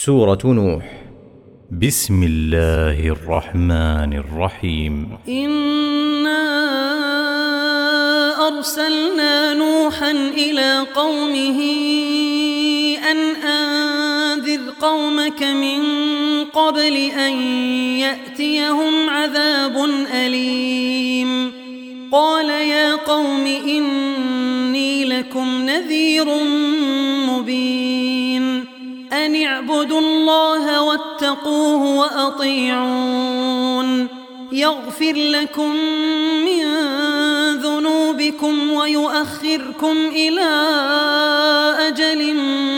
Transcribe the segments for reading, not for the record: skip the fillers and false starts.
سورة نوح. بسم الله الرحمن الرحيم. إنا أرسلنا نوحا إلى قومه أن أنذر قومك من قبل أن يأتيهم عذاب أليم. قال يا قوم إني لكم نذير مبين أن اعبدوا الله واتقوه وأطيعون يغفر لكم من ذنوبكم ويؤخركم إلى أجل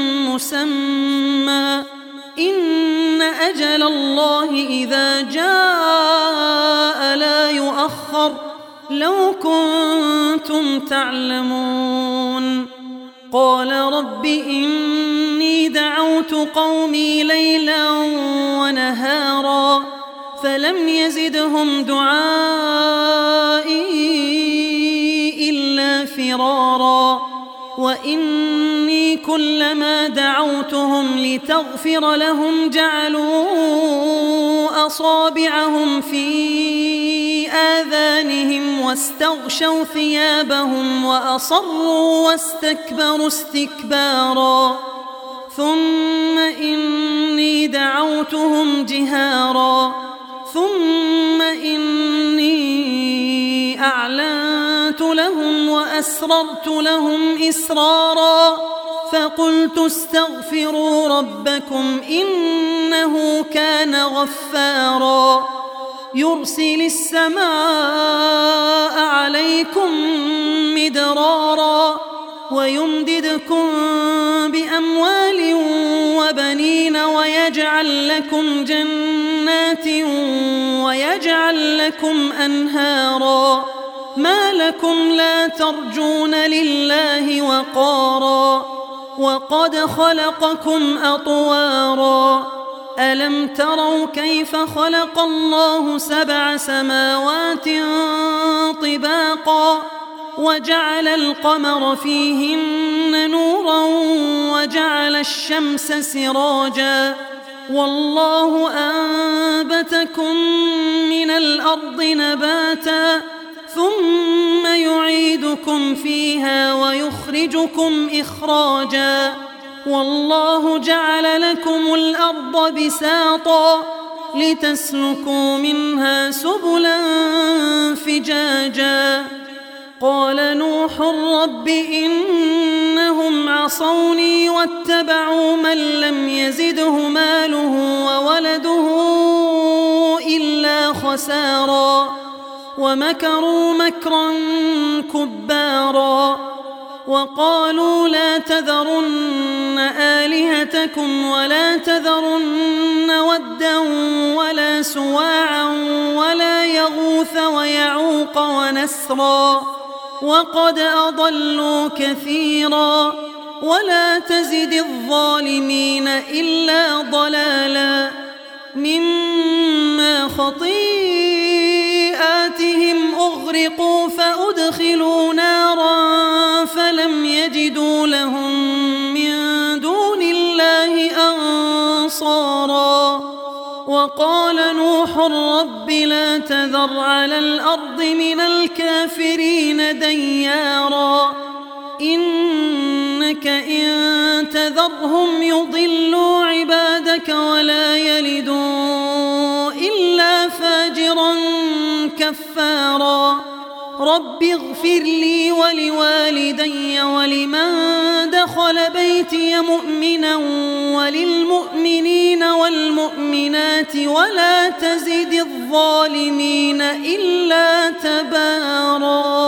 مسمى إن أجل الله إذا جاء لا يؤخر لو كنتم تعلمون. قال رب إني دعوت قومي ليلا ونهارا فلم يزدهم دعائي إلا فرارا وإني كلما دعوتهم لتغفر لهم جعلوا أصابعهم في آذانهم واستغشوا ثيابهم وأصروا واستكبروا استكبارا ثم إني دعوتهم جهارا ثم إني أعلنت لهم وأسررت لهم إسرارا فقلت استغفروا ربكم إنه كان غفارا يرسل السماء عليكم مدرارا ويمددكم بأموال وبنين ويجعل لكم جنات ويجعل لكم أنهارا ما لكم لا ترجون لله وقارا وقد خلقكم أطوارا ألم تروا كيف خلق الله 7 سماوات طباقا وجعل القمر فيهن نورا وجعل الشمس سراجا والله أنبتكم من الأرض نباتا ثم يعيدكم فيها ويخرجكم إخراجا والله جعل لكم الأرض بساطا لتسلكوا منها سبلا فجاجا قال نوح رب إنهم عصوني واتبعوا من لم يزده ماله وولده إلا خسارا ومكروا مكرا كبارا وقالوا لا تذرن آلهتكم ولا تذرن ودا ولا سواعا ولا يغوث ويعوق ونسرا وقد أضلوا كثيرا ولا تزد الظالمين إلا ضلالا مما خطيئاتهم أغرقوا فأدخلوا نارا فلم يجدوا لهم من دون الله أنصارا وقال نوح رب لا تذر على الأرض من الكافرين ديارا إنك إن تذرهم يضلوا عبادك ولا يلدوا إلا فاجرا كفارا رب اغفر لي ولوالدي ولمن دخل بيتي مؤمنا وللمؤمنين والمؤمنات ولا تزد الظالمين إلا تبارا.